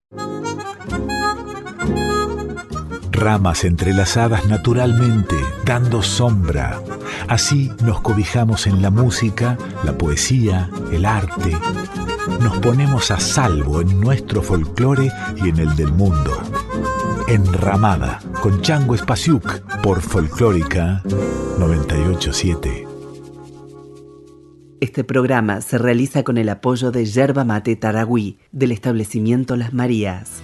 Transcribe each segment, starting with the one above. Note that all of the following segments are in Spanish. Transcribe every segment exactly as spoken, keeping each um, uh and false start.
Ramas entrelazadas naturalmente, dando sombra. Así nos cobijamos en la música, la poesía, el arte. Nos ponemos a salvo en nuestro folclore y en el del mundo. Enramada, con Chango Espasiuk, por Folclórica noventa y ocho punto siete. Este programa se realiza con el apoyo de Yerba Mate Taragüí, del establecimiento Las Marías.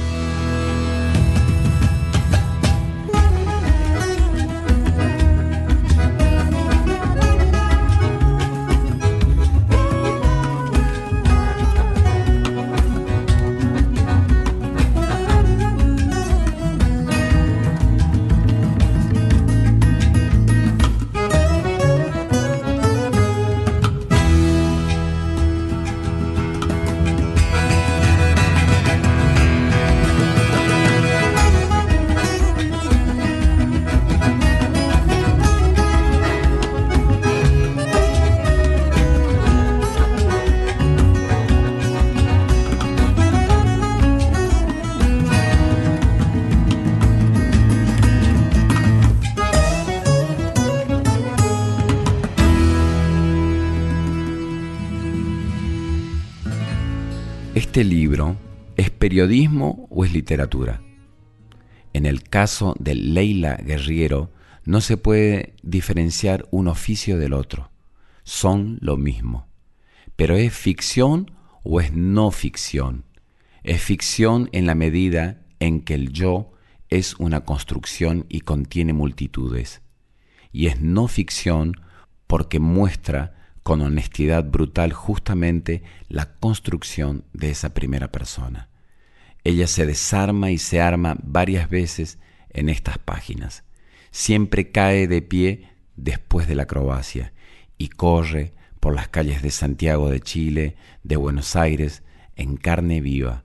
¿Este libro es periodismo o es literatura? En el caso de Leila Guerriero, no se puede diferenciar un oficio del otro. Son lo mismo. Pero ¿es ficción o es no ficción? Es ficción en la medida en que el yo es una construcción y contiene multitudes. Y es no ficción porque muestra con honestidad brutal justamente la construcción de esa primera persona. Ella se desarma y se arma varias veces en estas páginas. Siempre cae de pie después de la acrobacia y corre por las calles de Santiago de Chile, de Buenos Aires, en carne viva.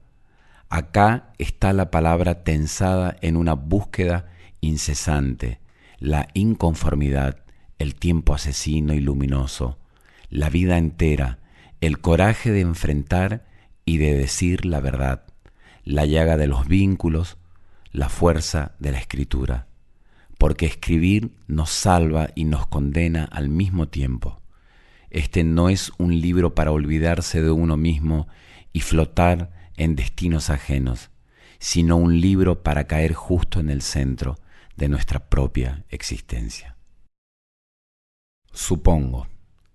Acá está la palabra tensada en una búsqueda incesante, la inconformidad, el tiempo asesino y luminoso, la vida entera, el coraje de enfrentar y de decir la verdad, la llaga de los vínculos, la fuerza de la escritura. Porque escribir nos salva y nos condena al mismo tiempo. Este no es un libro para olvidarse de uno mismo y flotar en destinos ajenos, sino un libro para caer justo en el centro de nuestra propia existencia. Supongo.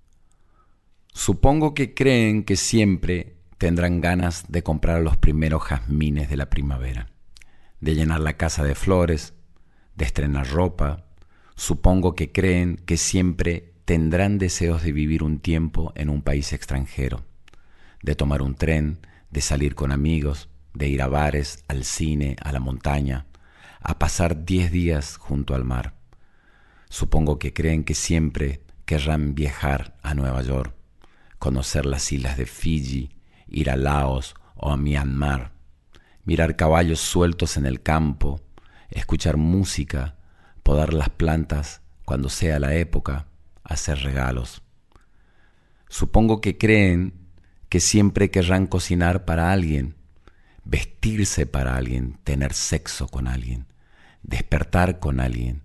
Supongo que creen que siempre tendrán ganas de comprar los primeros jazmines de la primavera, de llenar la casa de flores, de estrenar ropa. Supongo que creen que siempre tendrán deseos de vivir un tiempo en un país extranjero, de tomar un tren, de salir con amigos, de ir a bares, al cine, a la montaña, a pasar diez días junto al mar. Supongo que creen que siempre querrán viajar a Nueva York, conocer las islas de Fiji, ir a Laos o a Myanmar, mirar caballos sueltos en el campo, escuchar música, podar las plantas cuando sea la época, hacer regalos. Supongo que creen que siempre querrán cocinar para alguien, vestirse para alguien, tener sexo con alguien, despertar con alguien,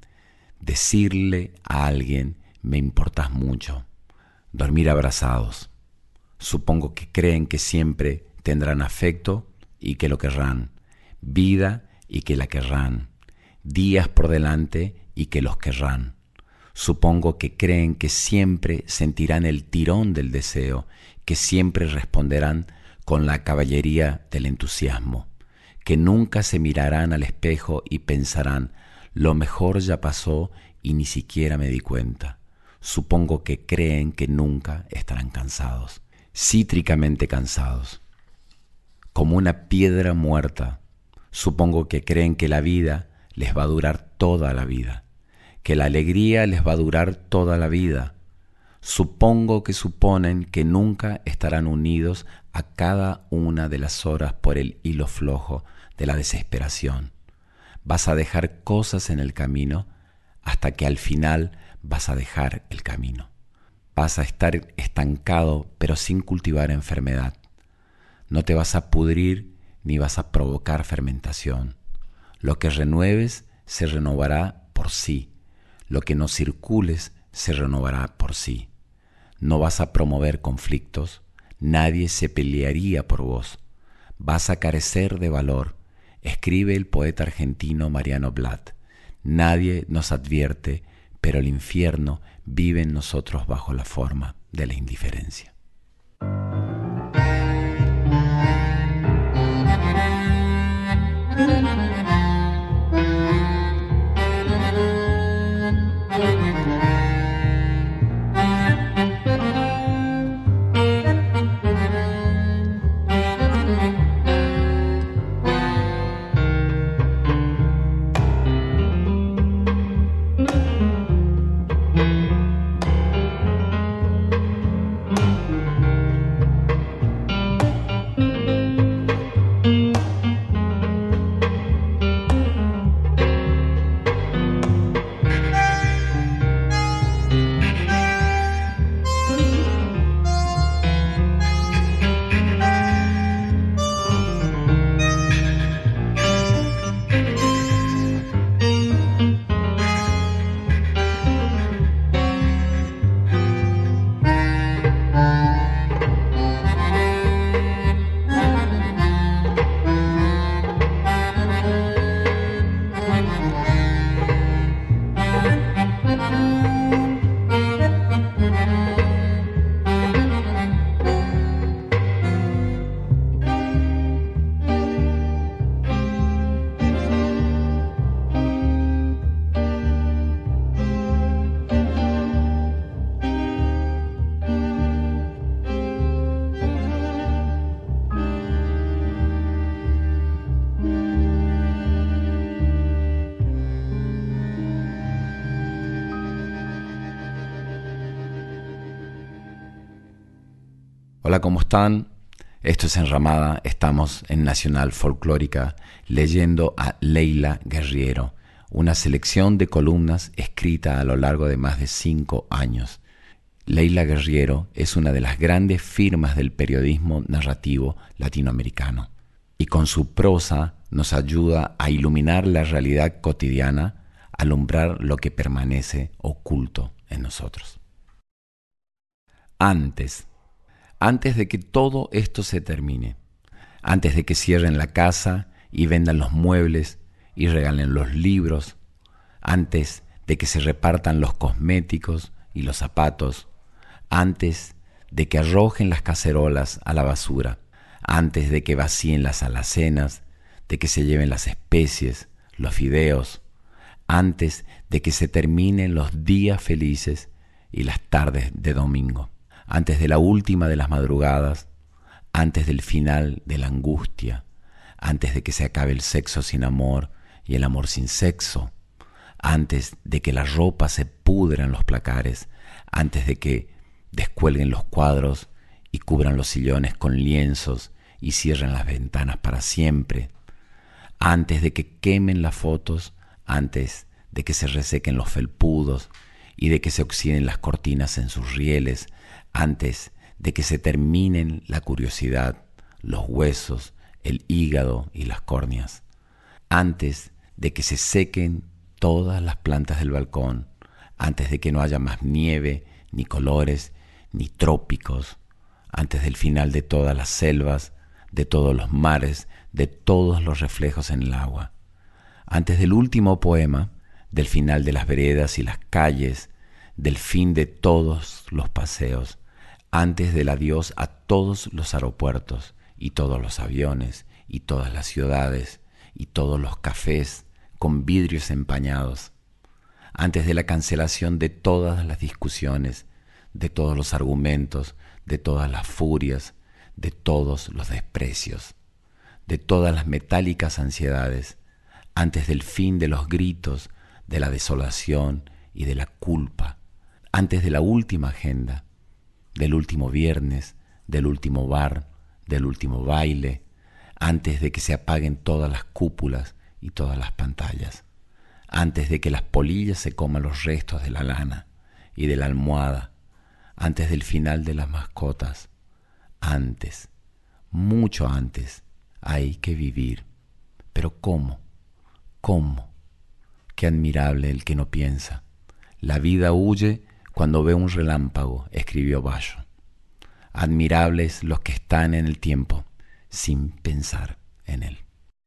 decirle a alguien, me importas mucho, dormir abrazados. Supongo que creen que siempre tendrán afecto y que lo querrán, vida y que la querrán, días por delante y que los querrán. Supongo que creen que siempre sentirán el tirón del deseo, que siempre responderán con la caballería del entusiasmo, que nunca se mirarán al espejo y pensarán, lo mejor ya pasó y ni siquiera me di cuenta. Supongo que creen que nunca estarán cansados, cítricamente cansados, como una piedra muerta. Supongo que creen que la vida les va a durar toda la vida, que la alegría les va a durar toda la vida. Supongo que suponen que nunca estarán unidos a cada una de las horas por el hilo flojo de la desesperación. Vas a dejar cosas en el camino hasta que al final vas a dejar el camino. Vas a estar estancado pero sin cultivar enfermedad. No te vas a pudrir ni vas a provocar fermentación. Lo que renueves se renovará por sí. Lo que no circules se renovará por sí. No vas a promover conflictos. Nadie se pelearía por vos. Vas a carecer de valor. Escribe el poeta argentino Mariano Blatt. Nadie nos advierte, pero el infierno vive en nosotros bajo la forma de la indiferencia. Hola, ¿cómo están? Esto es Enramada, estamos en Nacional Folclórica leyendo a Leila Guerriero, una selección de columnas escrita a lo largo de más de cinco años. Leila Guerriero es una de las grandes firmas del periodismo narrativo latinoamericano y con su prosa nos ayuda a iluminar la realidad cotidiana, alumbrar lo que permanece oculto en nosotros. Antes Antes de que todo esto se termine, antes de que cierren la casa y vendan los muebles y regalen los libros, antes de que se repartan los cosméticos y los zapatos, antes de que arrojen las cacerolas a la basura, antes de que vacíen las alacenas, de que se lleven las especies, los fideos, antes de que se terminen los días felices y las tardes de domingo. Antes de la última de las madrugadas, antes del final de la angustia, antes de que se acabe el sexo sin amor y el amor sin sexo, antes de que la ropa se pudra en los placares, antes de que descuelguen los cuadros y cubran los sillones con lienzos y cierren las ventanas para siempre, antes de que quemen las fotos, antes de que se resequen los felpudos y de que se oxiden las cortinas en sus rieles, antes de que se terminen la curiosidad, los huesos, el hígado y las córneas, antes de que se sequen todas las plantas del balcón, antes de que no haya más nieve, ni colores, ni trópicos, antes del final de todas las selvas, de todos los mares, de todos los reflejos en el agua, antes del último poema, del final de las veredas y las calles, del fin de todos los paseos, antes del adiós a todos los aeropuertos y todos los aviones y todas las ciudades y todos los cafés con vidrios empañados, antes de la cancelación de todas las discusiones, de todos los argumentos, de todas las furias, de todos los desprecios, de todas las metálicas ansiedades, antes del fin de los gritos, de la desolación y de la culpa, antes de la última agenda, del último viernes, del último bar, del último baile, antes de que se apaguen todas las cúpulas y todas las pantallas, antes de que las polillas se coman los restos de la lana y de la almohada, antes del final de las mascotas, antes, mucho antes, Hay que vivir. Pero ¿cómo? ¿Cómo? Qué admirable el que no piensa. La vida huye cuando ve un relámpago, escribió Bayo. Admirables los que están en el tiempo, sin pensar en él.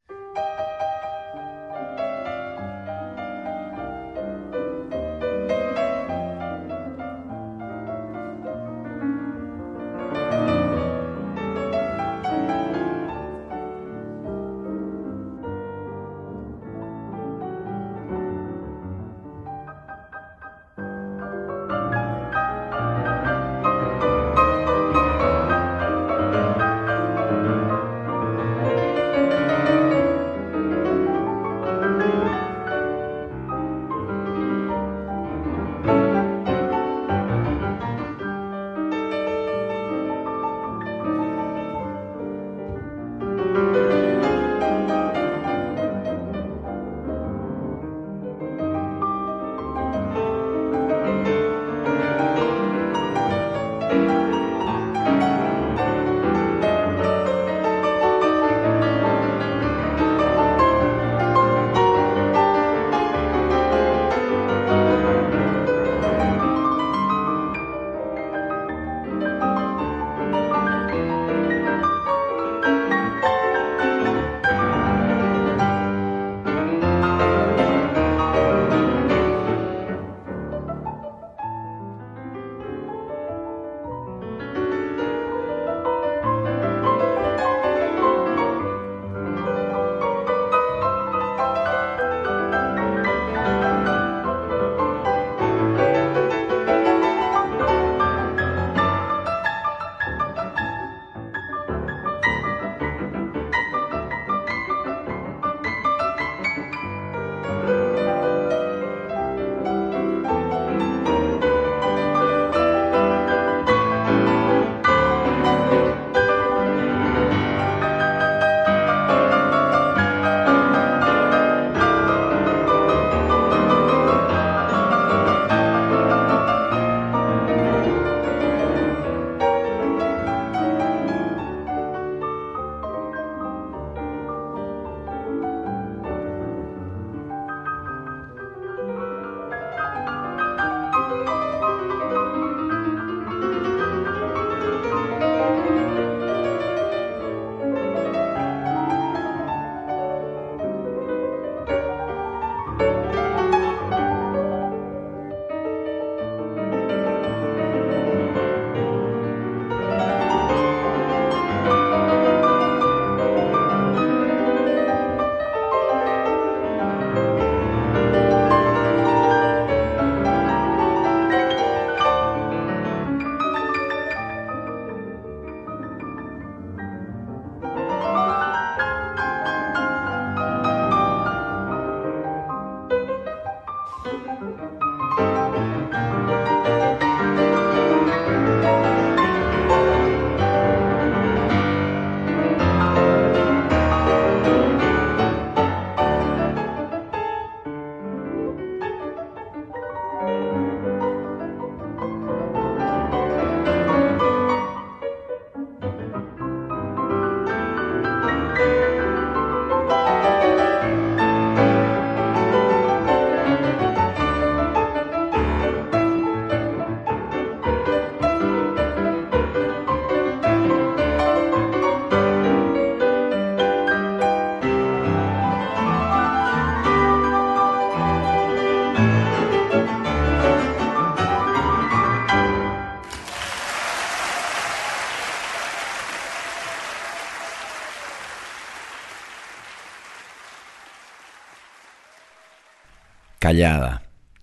Callada,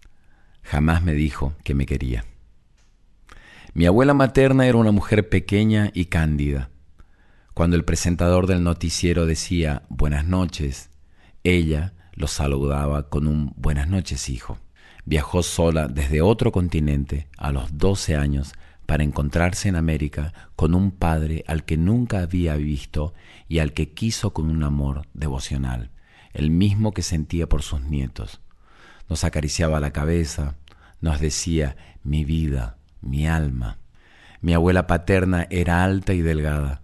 jamás me dijo que me quería. Mi abuela materna era una mujer pequeña y cándida. Cuando el presentador del noticiero decía buenas noches, ella lo saludaba con un buenas noches, hijo. Viajó sola desde otro continente a los doce años para encontrarse en América con un padre al que nunca había visto y al que quiso con un amor devocional, el mismo que sentía por sus nietos. Nos acariciaba la cabeza, nos decía mi vida, mi alma. Mi abuela paterna era alta y delgada,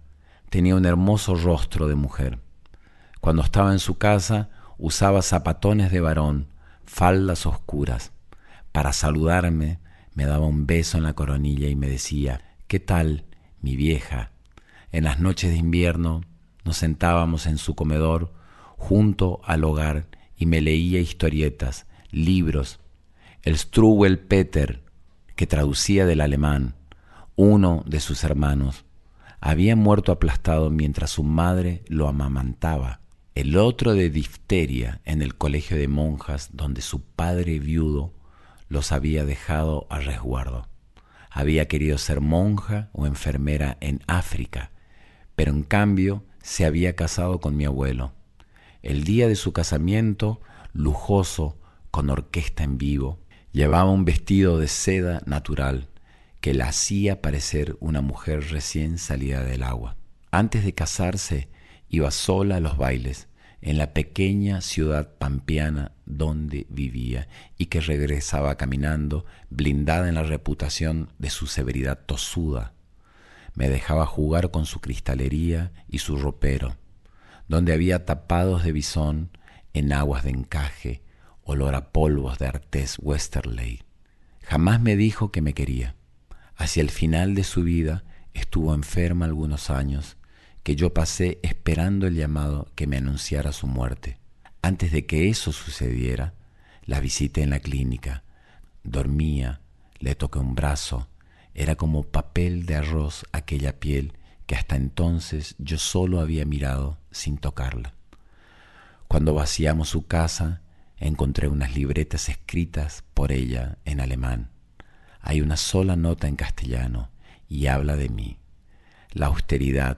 tenía un hermoso rostro de mujer. Cuando estaba en su casa, usaba zapatones de varón, faldas oscuras. Para saludarme, me daba un beso en la coronilla y me decía: «¿Qué tal, mi vieja?». En las noches de invierno nos sentábamos en su comedor junto al hogar y me leía historietas, libros. El Struwwelpeter, que traducía del alemán. Uno de sus hermanos había muerto aplastado mientras su madre lo amamantaba. El otro de difteria en el colegio de monjas donde su padre viudo los había dejado a resguardo. Había querido ser monja o enfermera en África, pero en cambio se había casado con mi abuelo. El día de su casamiento, lujoso, con orquesta en vivo, llevaba un vestido de seda natural que la hacía parecer una mujer recién salida del agua. Antes de casarse, iba sola a los bailes en la pequeña ciudad pampeana donde vivía y que regresaba caminando, blindada en la reputación de su severidad tosuda. Me dejaba jugar con su cristalería y su ropero, donde había tapados de bisón en aguas de encaje, olor a polvos de Artés Westerley. Jamás me dijo que me quería. Hacia el final de su vida estuvo enferma algunos años, que yo pasé esperando el llamado que me anunciara su muerte. Antes de que eso sucediera, la visité en la clínica. Dormía, le toqué un brazo. Era como papel de arroz aquella piel que hasta entonces yo solo había mirado sin tocarla. Cuando vaciamos su casa, encontré unas libretas escritas por ella en alemán. Hay una sola nota en castellano y habla de mí, la austeridad,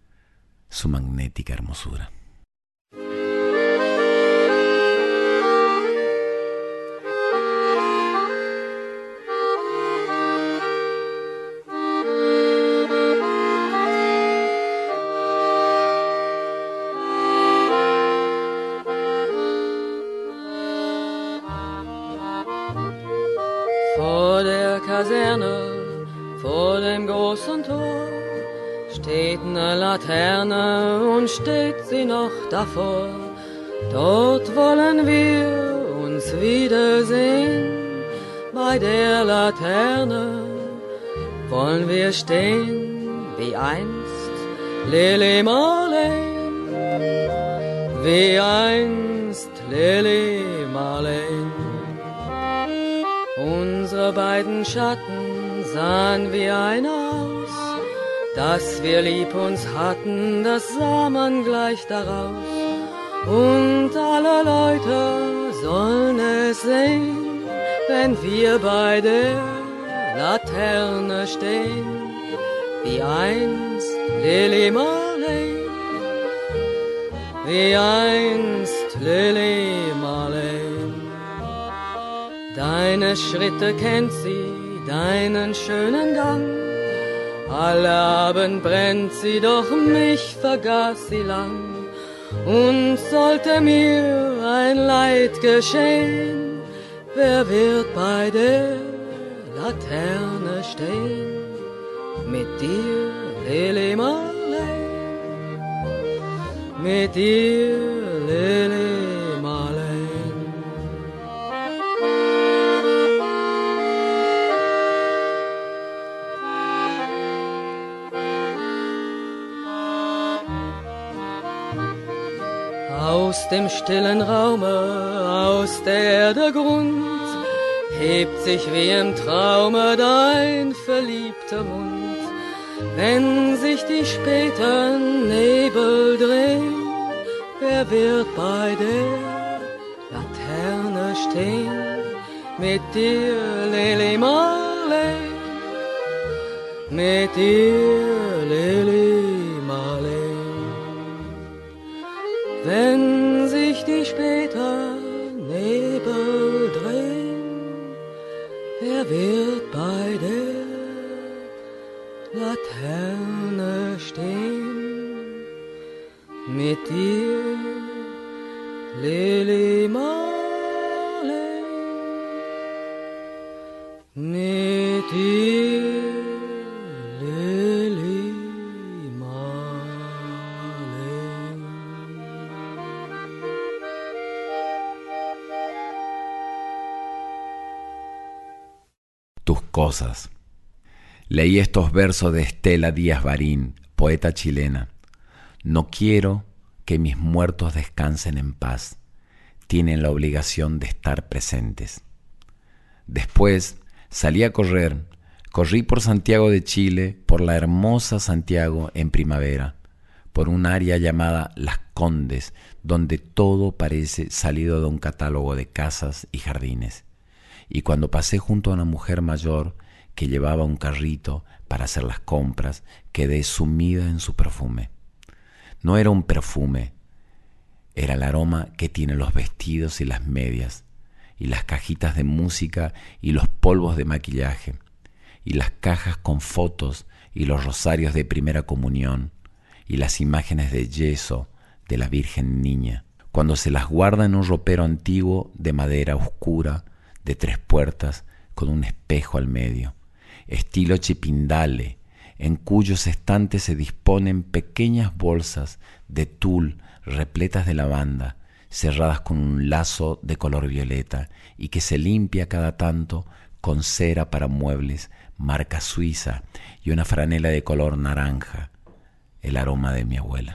su magnética hermosura. Vor der Kaserne, vor dem großen Tor, steht eine Laterne und steht sie noch davor. Dort wollen wir uns wiedersehen, bei der Laterne wollen wir stehen, wie einst Lili Marleen, wie einst Lili Marleen. Unsere beiden Schatten sahen wie einer aus, dass wir lieb uns hatten, das sah man gleich daraus. Und alle Leute sollen es sehen, wenn wir bei der Laterne stehen, wie einst Lili Marleen, wie einst Lili Marleen. Deine Schritte kennt sie, deinen schönen Gang. Alle Abend brennt sie, doch mich vergaß sie lang. Und sollte mir ein Leid geschehen, wer wird bei der Laterne stehen? Mit dir, Lili Marleen, mit dir, Lili Marleen. Aus dem stillen Raume, aus der Erde Grund, hebt sich wie im Traume dein verliebter Mund. Wenn sich die späten Nebel drehen, wer wird bei der Laterne stehen? Mit dir, Lili Marleen, mit dir, Lili Marleen. Wenn sich die späten Nebel drehen, wer wird bei der Laterne stehen? Mit dir, Lili Marleen, mit dir, Lili Marleen. cosas. Leí estos versos de Estela Díaz Barín, poeta chilena. No quiero que mis muertos descansen en paz. Tienen la obligación de estar presentes. Después salí a correr. Corrí por Santiago de Chile, por la hermosa Santiago en primavera, por un área llamada Las Condes, donde todo parece salido de un catálogo de casas y jardines. Y cuando pasé junto a una mujer mayor que llevaba un carrito para hacer las compras, quedé sumida en su perfume. No era un perfume, era el aroma que tienen los vestidos y las medias, y las cajitas de música y los polvos de maquillaje, y las cajas con fotos y los rosarios de primera comunión, y las imágenes de yeso de la Virgen Niña, cuando se las guarda en un ropero antiguo de madera oscura, de tres puertas, con un espejo al medio, estilo chipindale, en cuyos estantes se disponen pequeñas bolsas de tul repletas de lavanda, cerradas con un lazo de color violeta y que se limpia cada tanto con cera para muebles, marca suiza, y una franela de color naranja, el aroma de mi abuela.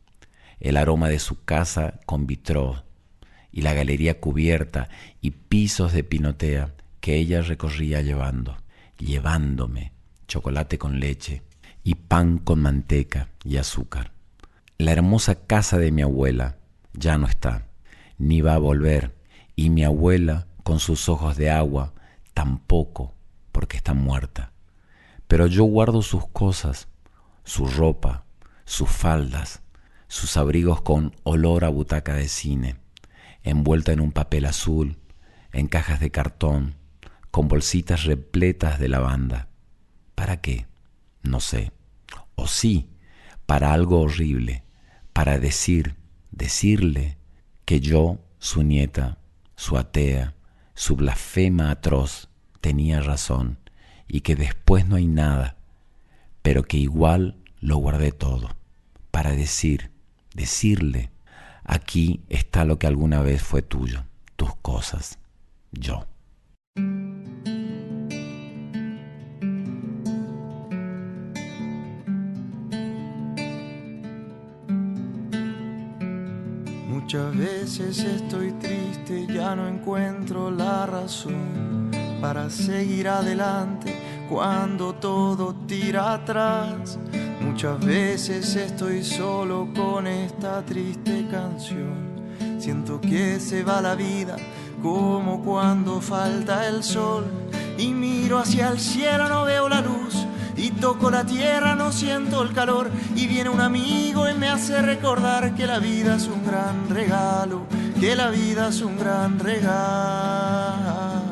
El aroma de su casa con vitró y la galería cubierta y pisos de pinotea que ella recorría llevando, llevándome chocolate con leche y pan con manteca y azúcar. La hermosa casa de mi abuela ya no está, ni va a volver, y mi abuela, con sus ojos de agua, tampoco, porque está muerta. Pero yo guardo sus cosas, su ropa, sus faldas, sus abrigos con olor a butaca de cine, envuelta en un papel azul, en cajas de cartón, con bolsitas repletas de lavanda. ¿Para qué? No sé. O sí, para algo horrible, para decir, decirle que yo, su nieta, su atea, su blasfema atroz, tenía razón y que después no hay nada, pero que igual lo guardé todo, para decir, decirle, aquí está lo que alguna vez fue tuyo, tus cosas, yo. Muchas veces estoy triste, ya no encuentro la razón para seguir adelante cuando todo tira atrás. Muchas veces estoy solo con esta triste canción. Siento que se va la vida como cuando falta el sol. Y miro hacia el cielo, no veo la luz. Y toco la tierra, no siento el calor. Y viene un amigo y me hace recordar que la vida es un gran regalo, que la vida es un gran regalo.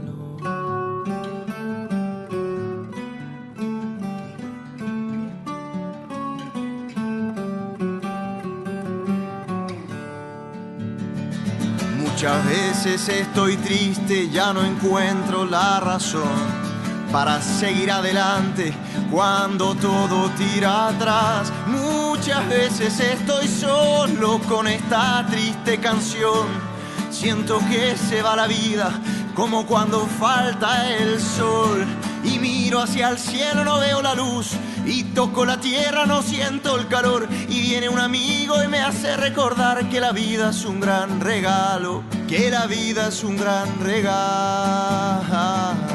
Muchas veces estoy triste, ya no encuentro la razón para seguir adelante cuando todo tira atrás. Muchas veces estoy solo con esta triste canción. Siento que se va la vida como cuando falta el sol. Y miro hacia el cielo, no veo la luz. Y toco la tierra, no siento el calor. Y viene un amigo y me hace recordar que la vida es un gran regalo, que la vida es un gran regalo.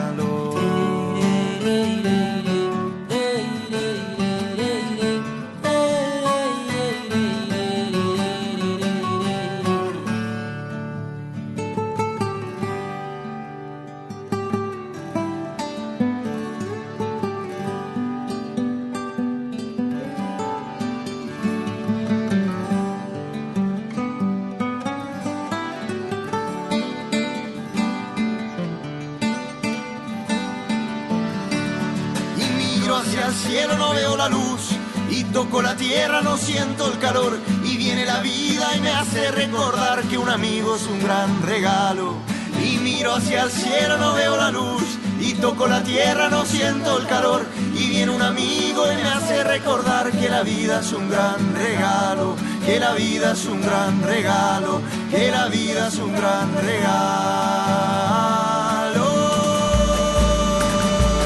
Hacia el cielo, no veo la luz. Y toco la tierra, no siento el calor. Y viene la vida y me hace recordar que un amigo es un gran regalo. Y miro hacia el cielo, no veo la luz. Y toco la tierra, no siento el calor. Y viene un amigo y me hace recordar que la vida es un gran regalo, que la vida es un gran regalo, que la vida es un gran regalo.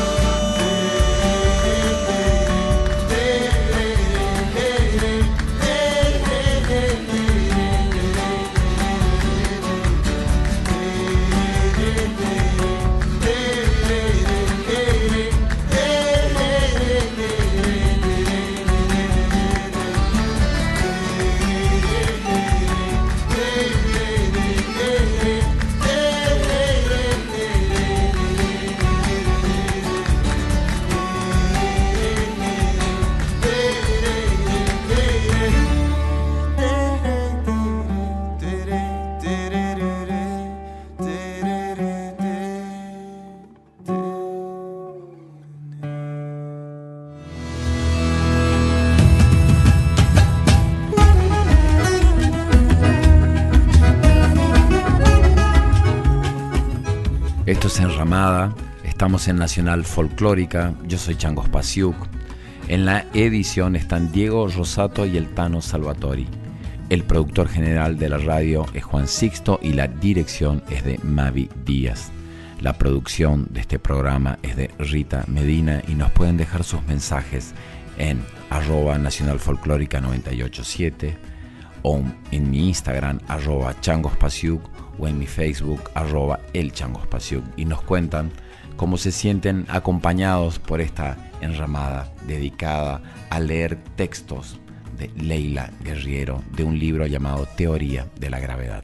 Esto es Enramada, estamos en Nacional Folclórica, yo soy Changos Pasiuk. En la edición están Diego Rosato y el Tano Salvatori. El productor general de la radio es Juan Sixto y la dirección es de Mavi Díaz. La producción de este programa es de Rita Medina y nos pueden dejar sus mensajes en arroba Nacional Folclórica noventa y ocho siete o en mi Instagram arroba changospasiuk o en mi Facebook arroba el changospasiuk y nos cuentan cómo se sienten acompañados por esta enramada dedicada a leer textos de Leila Guerriero de un libro llamado Teoría de la Gravedad.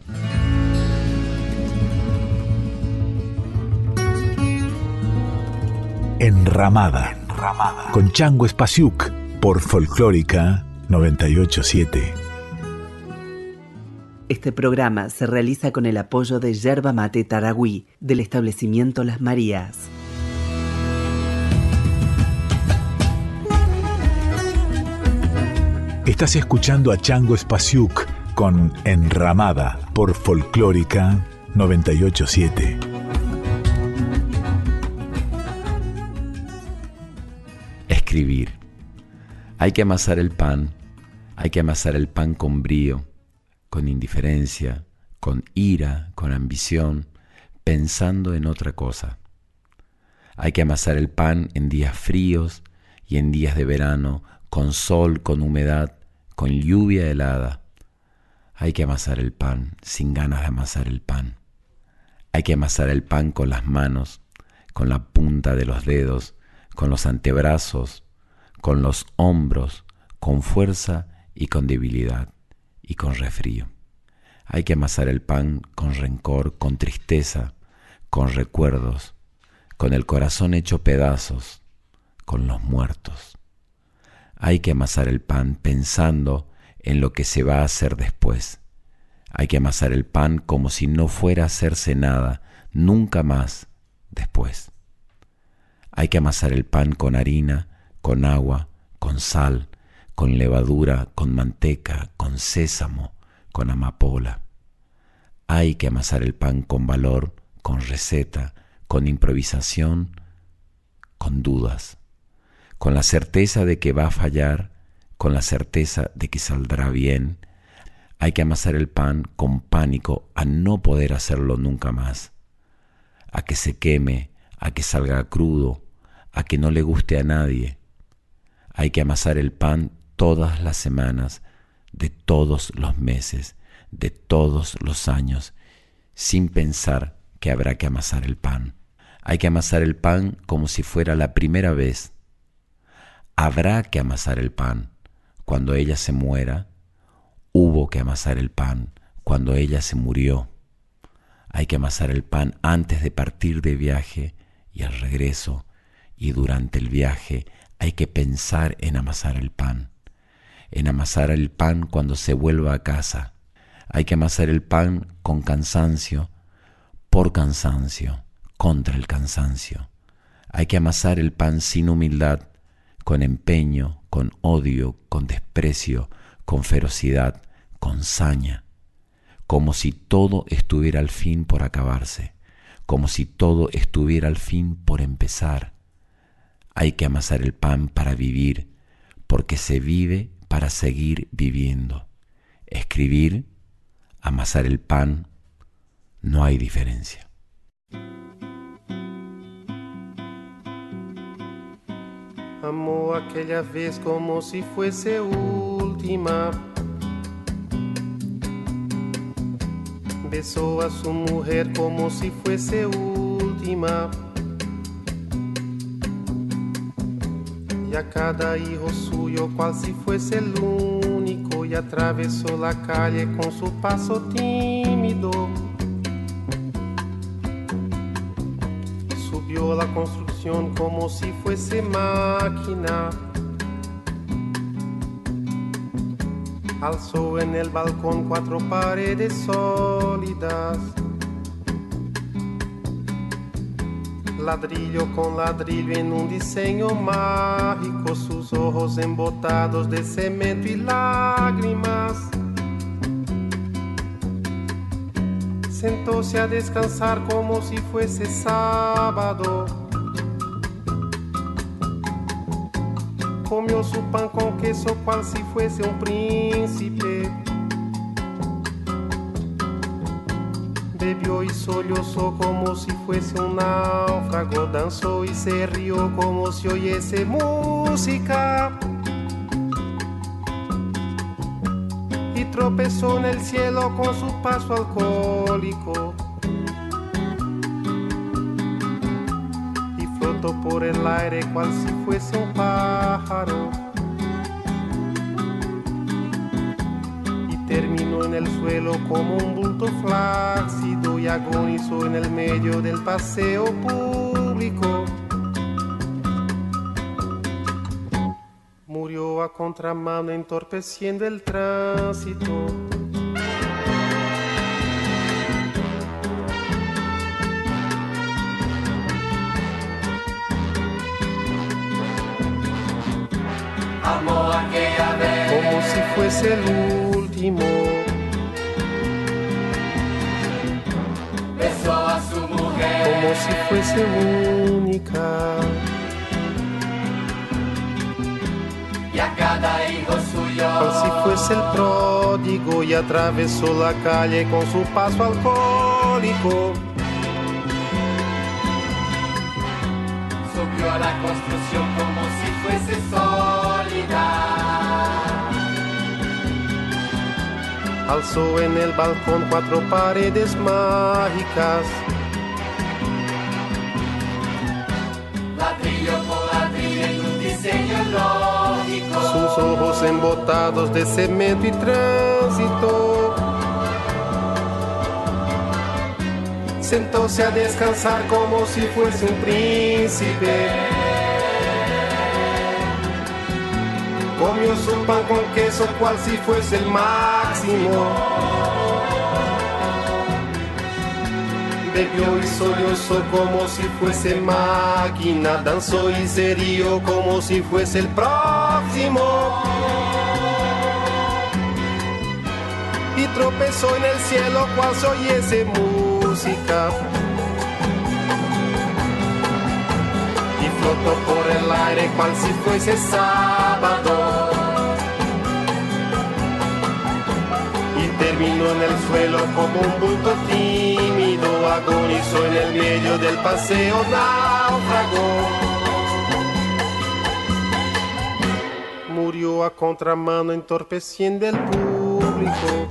Enramada, Enramada. Con Chango Spasiuk por Folclórica noventa y ocho siete. Este programa se realiza con el apoyo de Yerba Mate Taragüí del establecimiento Las Marías. Estás escuchando a Chango Spasiuk con Enramada por Folclórica noventa y ocho siete. Escribir. Hay que amasar el pan, hay que amasar el pan con brío, con indiferencia, con ira, con ambición, pensando en otra cosa. Hay que amasar el pan en días fríos y en días de verano, con sol, con humedad, con lluvia helada. Hay que amasar el pan sin ganas de amasar el pan. Hay que amasar el pan con las manos, con la punta de los dedos, con los antebrazos, con los hombros, con fuerza y con debilidad y con resfrío. Hay que amasar el pan con rencor, con tristeza, con recuerdos, con el corazón hecho pedazos, con los muertos. Hay que amasar el pan pensando en lo que se va a hacer después. Hay que amasar el pan como si no fuera a hacerse nada, nunca más después. Hay que amasar el pan con harina, con agua, con sal, con levadura, con manteca, con sésamo, con amapola. Hay que amasar el pan con valor, con receta, con improvisación, con dudas, con la certeza de que va a fallar, con la certeza de que saldrá bien. Hay que amasar el pan con pánico a no poder hacerlo nunca más, a que se queme, a que salga crudo, a que no le guste a nadie. Hay que amasar el pan todas las semanas, de todos los meses, de todos los años, sin pensar que habrá que amasar el pan. Hay que amasar el pan como si fuera la primera vez. Habrá que amasar el pan cuando ella se muera. Hubo que amasar el pan cuando ella se murió. Hay que amasar el pan antes de partir de viaje y al regreso. Y durante el viaje hay que pensar en amasar el pan, en amasar el pan cuando se vuelva a casa. Hay que amasar el pan con cansancio, por cansancio, contra el cansancio. Hay que amasar el pan sin humildad, con empeño, con odio, con desprecio, con ferocidad, con saña, como si todo estuviera al fin por acabarse, como si todo estuviera al fin por empezar. Hay que amasar el pan para vivir, porque se vive para seguir viviendo. Escribir, amasar el pan, no hay diferencia. Amó aquella vez como si fuese última. Besó a su mujer como si fuese última. Y a cada hijo suyo cual si fuese el único, y atravesó la calle con su paso tímido. Subió a la construcción como si fuese máquina. Alzó en el balcón cuatro paredes sólidas. Ladrillo con ladrillo en un diseño mágico, sus ojos embotados de cemento y lágrimas. Sentóse a descansar como si fuese sábado. Comió su pan con queso cual si fuese un príncipe. Bebió y sollozó como si fuese un náufrago. Danzó y se rió como si oyese música. Y tropezó en el cielo con su paso alcohólico. Y flotó por el aire cual si fuese un pájaro. Y terminó en el suelo como un bulto flácido y agonizó en el medio del paseo público. Murió a contramano entorpeciendo el tránsito. Amó aquella vez como si fuese el último. Besó a su mujer como si fuese única. y a cada hijo suyo. Cual si fuese el pródigo y atravesó la calle con su paso alcohólico. Subió a la construcción como si fuese sólida. Alzó en el balcón cuatro paredes mágicas. Ladrillo por ladrillo en un diseño lógico. Sus ojos embotados de cemento y tránsito. Sentóse a descansar como si fuese un príncipe. Comió su pan con queso cual si fuese el máximo. Bebió y sollozó como si fuese máquina. Danzó y se rió como si fuese el próximo. Y tropezó en el cielo cual se oyese música. Y flotó por el aire cual si fuese sábado. Y terminó en el suelo como un bulto tímido. Agonizó en el medio del paseo náufrago. Murió a contramano entorpeciendo el público.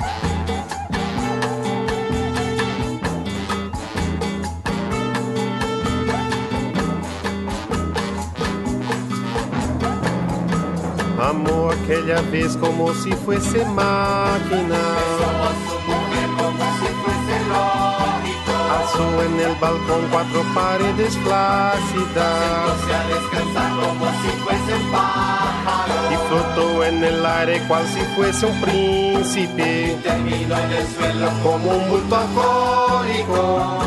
Amó aquella vez como si fuese máquina. Besó a su mujer como si fuese lógico. Alzó en el balcón cuatro paredes flácidas. Sentóse a descansar como si fuese un pájaro. Y flotó en el aire cual si fuese un príncipe. Terminó en el suelo Como un bulto alcohólico.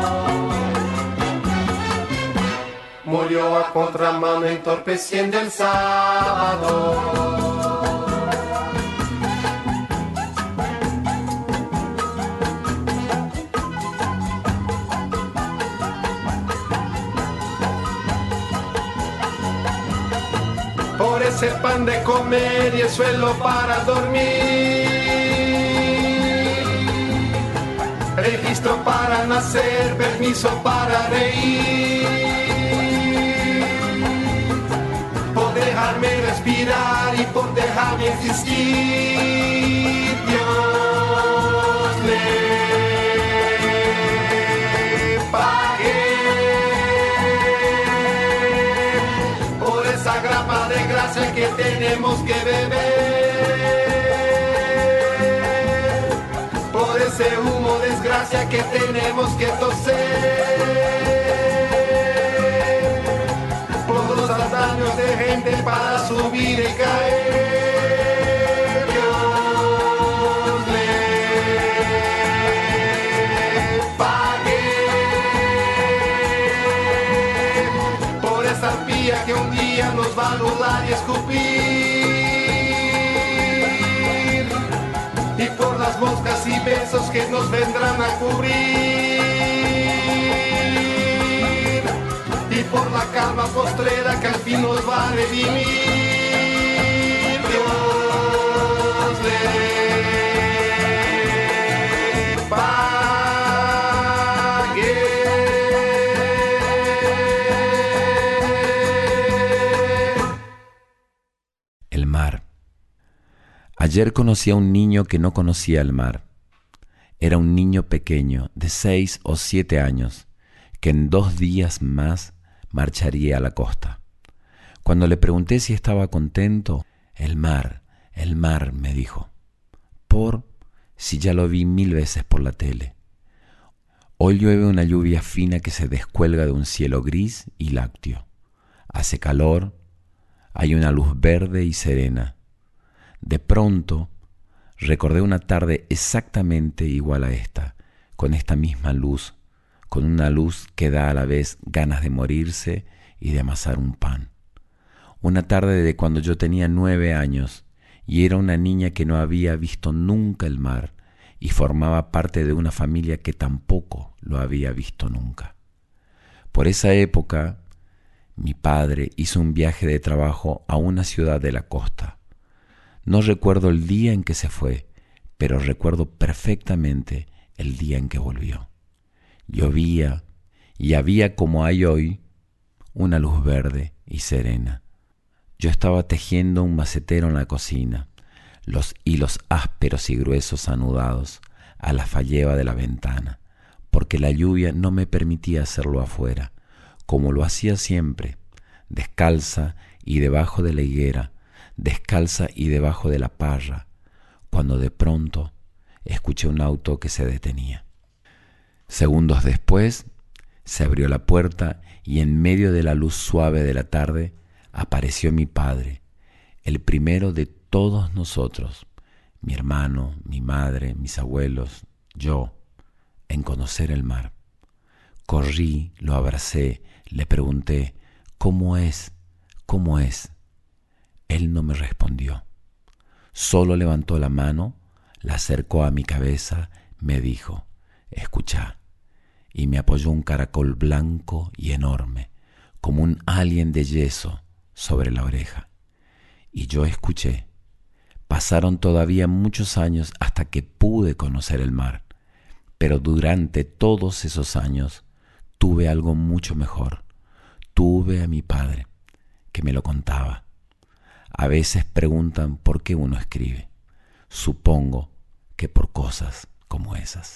Murió a contramano entorpeciendo el sábado. Por ese pan de comer y el suelo para dormir. Registro para nacer, permiso para reír. Por dejarme respirar y por dejarme existir, Dios le pagué por esa grapa de gracia que tenemos que beber, por ese humo desgracia que tenemos que toser. Años de gente para subir y caer. Dios le pague por esa arpía que un día nos va a anular y escupir, y por las moscas lágrimas y besos que nos vendrán a cubrir. Y por la calma postrera que al fin nos va a redimir. Dios le pague. El mar. Ayer conocí a un niño que no conocía el mar. Era un niño pequeño, de seis o siete años, que en dos días más marcharía a la costa. Cuando le pregunté si estaba contento, el mar, el mar, me dijo. Por si ya lo vi mil veces por la tele. Hoy llueve una lluvia fina que se descuelga de un cielo gris y lácteo. Hace calor, hay una luz verde y serena. De pronto, recordé una tarde exactamente igual a esta, con esta misma luz, con una luz que da a la vez ganas de morirse y de amasar un pan. Una tarde de cuando yo tenía nueve años y era una niña que no había visto nunca el mar y formaba parte de una familia que tampoco lo había visto nunca. Por esa época, mi padre hizo un viaje de trabajo a una ciudad de la costa. No recuerdo el día en que se fue, pero recuerdo perfectamente el día en que volvió. Llovía y había, como hay hoy, una luz verde y serena. Yo estaba tejiendo un macetero en la cocina, los hilos ásperos y gruesos anudados a la falleba de la ventana, porque la lluvia no me permitía hacerlo afuera, como lo hacía siempre, descalza y debajo de la higuera, descalza y debajo de la parra, cuando de pronto escuché un auto que se detenía. Segundos después se abrió la puerta y en medio de la luz suave de la tarde apareció mi padre, el primero de todos nosotros, mi hermano, mi madre, mis abuelos, yo, en conocer el mar. Corrí, lo abracé, le pregunté, ¿cómo es? ¿Cómo es? Él no me respondió. Solo levantó la mano, la acercó a mi cabeza, me dijo, escuchá, y me apoyó un caracol blanco y enorme, como un alien de yeso, sobre la oreja. Y yo escuché. Pasaron todavía muchos años hasta que pude conocer el mar, pero durante todos esos años tuve algo mucho mejor. Tuve a mi padre, que me lo contaba. A veces preguntan por qué uno escribe. Supongo que por cosas como esas.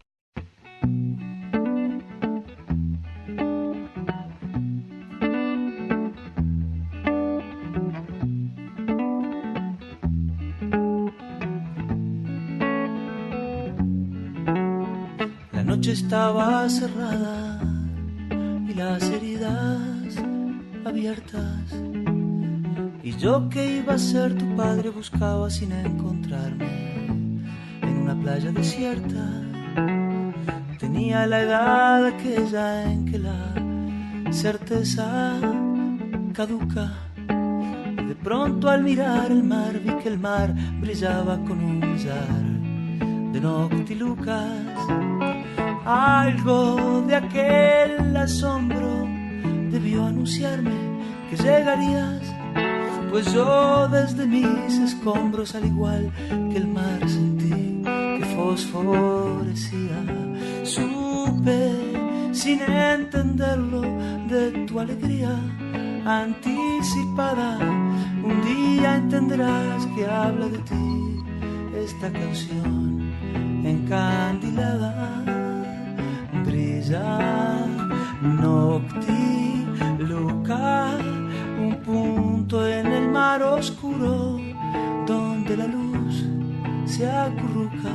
La noche estaba cerrada y las heridas abiertas. Y yo que iba a ser tu padre buscaba sin encontrarme en una playa desierta. Tenía la edad aquella en que la certeza caduca. Y de pronto al mirar el mar vi que el mar brillaba con un millar de noctilucas. Algo de aquel asombro debió anunciarme que llegarías, pues yo desde mis escombros, al igual que el mar, sentí que fosforecía. Supe, sin entenderlo, de tu alegría anticipada. Un día entenderás que habla de ti esta canción encandilada. Brilla noctiluca, un punto en el mar oscuro donde la luz se acurruca.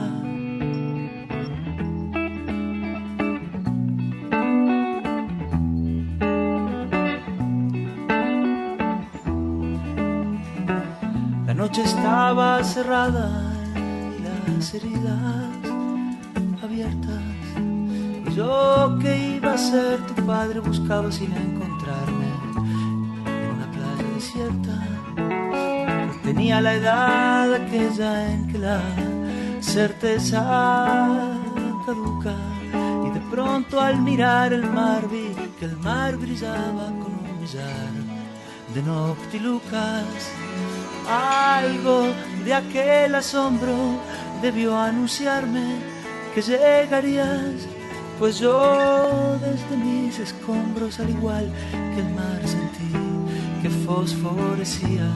La noche estaba cerrada y las heridas abiertas. Y yo que iba a ser tu padre buscaba sin encontrarme en una playa desierta. Tenía la edad aquella en que la certeza caduca. Y de pronto al mirar el mar vi que el mar brillaba con un millar de noctilucas. Algo de aquel asombro debió anunciarme que llegarías, pues yo desde mis escombros, al igual que el mar, sentí que fosforecía.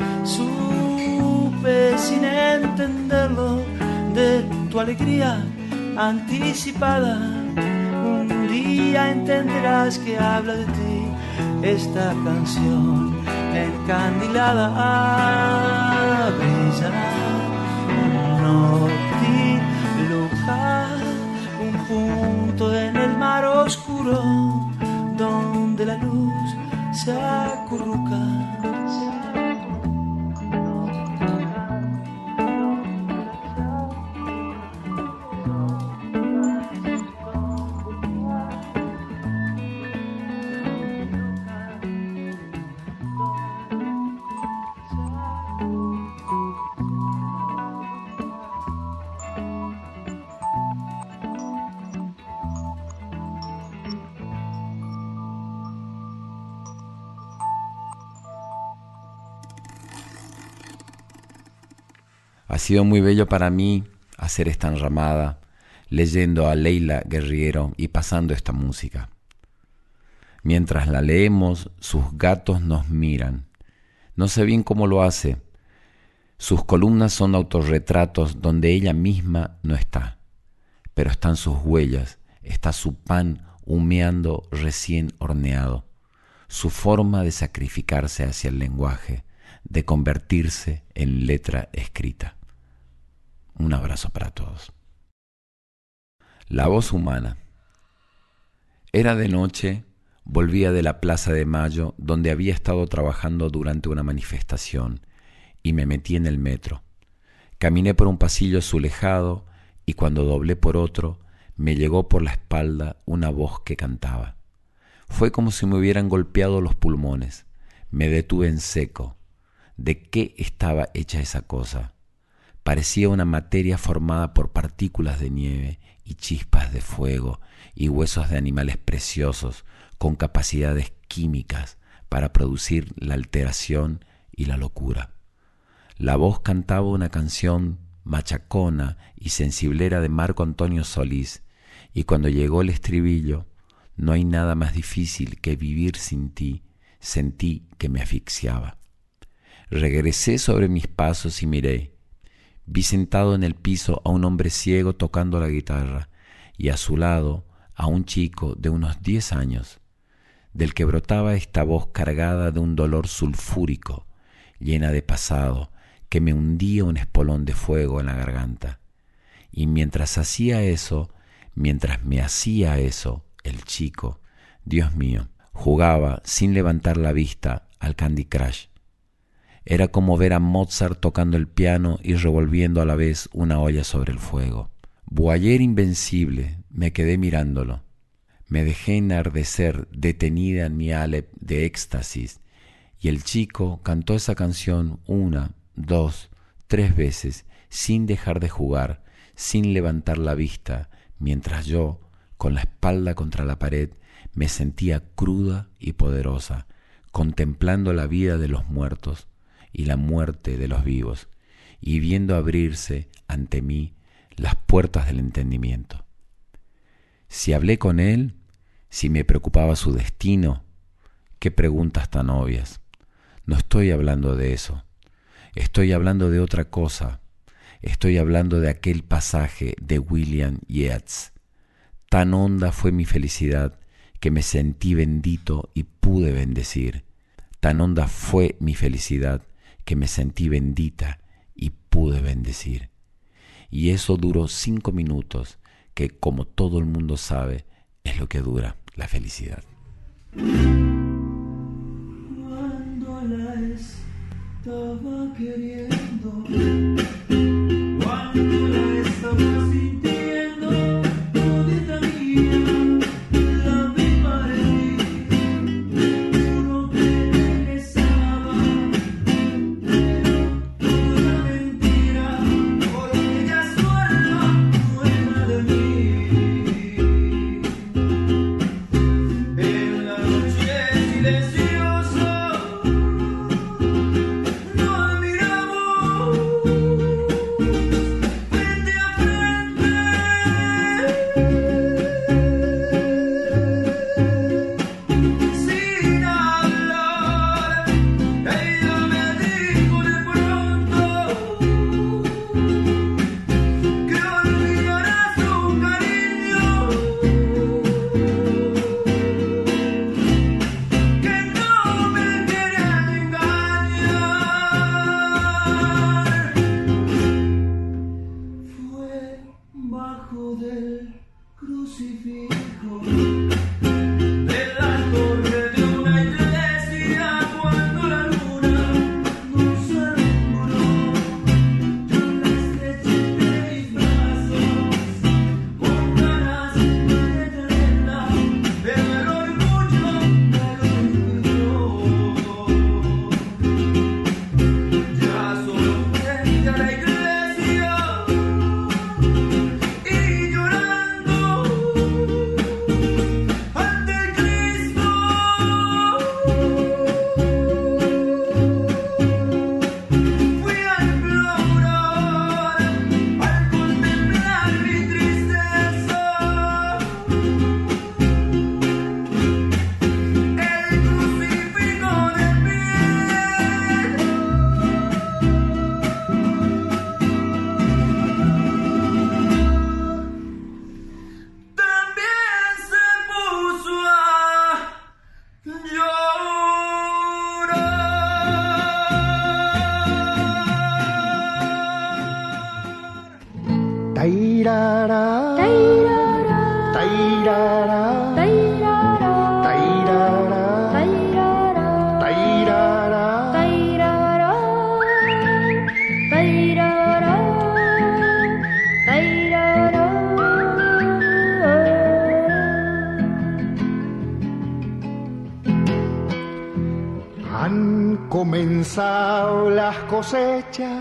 Supe sin entenderlo de tu alegría anticipada. Un día entenderás que habla de ti esta canción encandilada. Brillará noctiluca, un punto en el mar oscuro donde la luz se acurruca. Ha sido muy bello para mí hacer esta enramada, leyendo a Leila Guerriero y pasando esta música. Mientras la leemos, sus gatos nos miran. No sé bien cómo lo hace. Sus columnas son autorretratos donde ella misma no está, pero están sus huellas, está su pan humeando recién horneado, su forma de sacrificarse hacia el lenguaje, de convertirse en letra escrita. Un abrazo para todos. La voz humana. Era de noche, volvía de la Plaza de Mayo, donde había estado trabajando durante una manifestación, y me metí en el metro. Caminé por un pasillo azulejado, y cuando doblé por otro, me llegó por la espalda una voz que cantaba. Fue como si me hubieran golpeado los pulmones. Me detuve en seco. ¿De qué estaba hecha esa cosa? Parecía una materia formada por partículas de nieve y chispas de fuego y huesos de animales preciosos con capacidades químicas para producir la alteración y la locura. La voz cantaba una canción machacona y sensiblera de Marco Antonio Solís, y cuando llegó el estribillo, no hay nada más difícil que vivir sin ti, sentí que me asfixiaba. Regresé sobre mis pasos y miré. Vi sentado en el piso a un hombre ciego tocando la guitarra y a su lado a un chico de unos diez años, del que brotaba esta voz cargada de un dolor sulfúrico, llena de pasado, que me hundía un espolón de fuego en la garganta. Y mientras hacía eso, mientras me hacía eso, el chico, Dios mío, jugaba sin levantar la vista al Candy Crush. Era como ver a Mozart tocando el piano y revolviendo a la vez una olla sobre el fuego. Boyer invencible, me quedé mirándolo. Me dejé enardecer, detenida en mi Alep de éxtasis, y el chico cantó esa canción una, dos, tres veces, sin dejar de jugar, sin levantar la vista, mientras yo, con la espalda contra la pared, me sentía cruda y poderosa, contemplando la vida de los muertos y la muerte de los vivos, y viendo abrirse ante mí las puertas del entendimiento. Si hablé con él, si me preocupaba su destino, qué preguntas tan obvias. No estoy hablando de eso, estoy hablando de otra cosa, estoy hablando de aquel pasaje de William Yeats. Tan honda fue mi felicidad que me sentí bendito y pude bendecir. Tan honda fue mi felicidad que me sentí bendita y pude bendecir. Y eso duró cinco minutos, que como todo el mundo sabe, es lo que dura la felicidad. Cuando la estaba queriendo, cuando la estaba sintiendo, todita mía, la vi parir, juro que regresaba, pero toda mentira, por lo que ya suena. debajo del crucifijo. Comenzado las cosechas,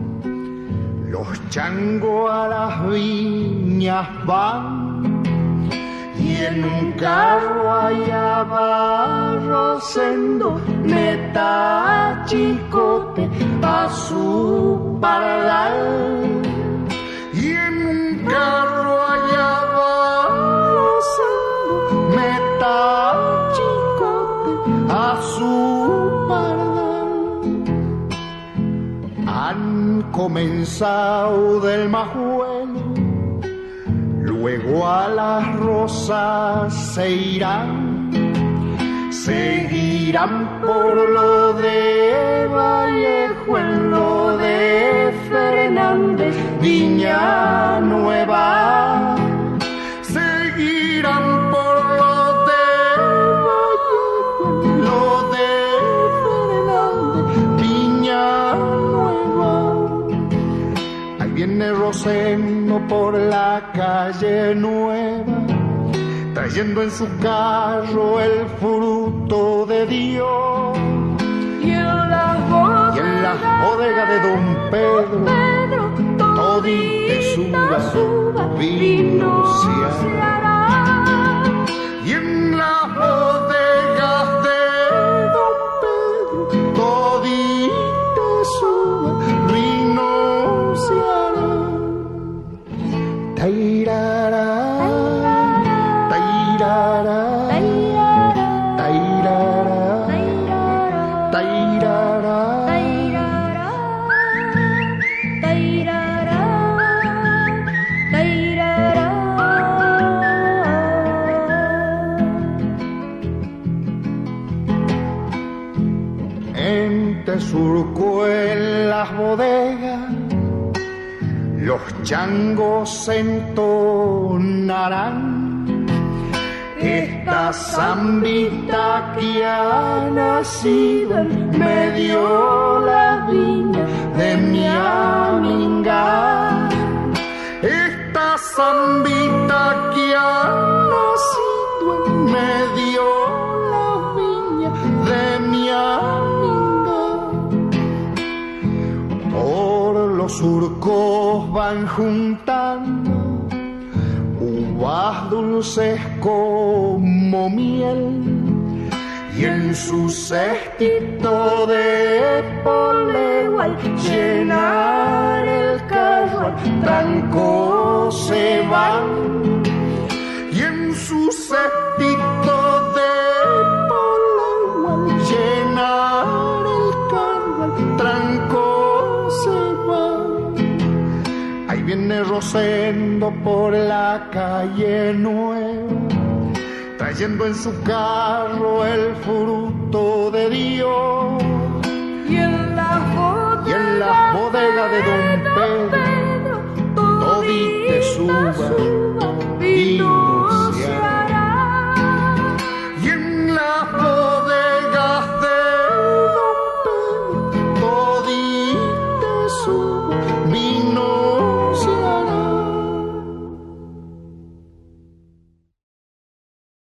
los changos a las viñas van, y en un carro allá va Rosendo, meta chicote a su pardal, y en un carro allá va Rosendo, meta chicote a su pardal. Han comenzado del majuelo, luego a las rosas se irán, seguirán por lo de Vallejo, en lo de Fernández, Viña Nueva, seguirán por lo de Vallejo, en lo de Fernández, Viña Nueva. Ahí viene Rosendo por la calle Nueva, trayendo en su carro el fruto de Dios. Y en las bodegas, y en las bodegas de Don Pedro, Pedro todita suba, vino se hará. Y en las bodegas de Don Pedro, todita suba, vino se hará. Tairara, tairara, tairara, tairara, Ente surcó en las bodegas, los changos entonarán esta zambita que ha nacido en medio la viña de mi amiga. Esta zambita que ha nacido en medio la viña de mi amiga. Por los surcos van juntando uvas dulces como miel, y en su cestito de poleo al llenar el carro al tranco se van, y en su cestito de poleo al llenar el carro al tranco se van. Ahí viene Rosendo por la calle Nueva, trayendo en su carro el fruto de Dios. Y en las bodegas, y en las bodegas de Don Pedro, diste suba.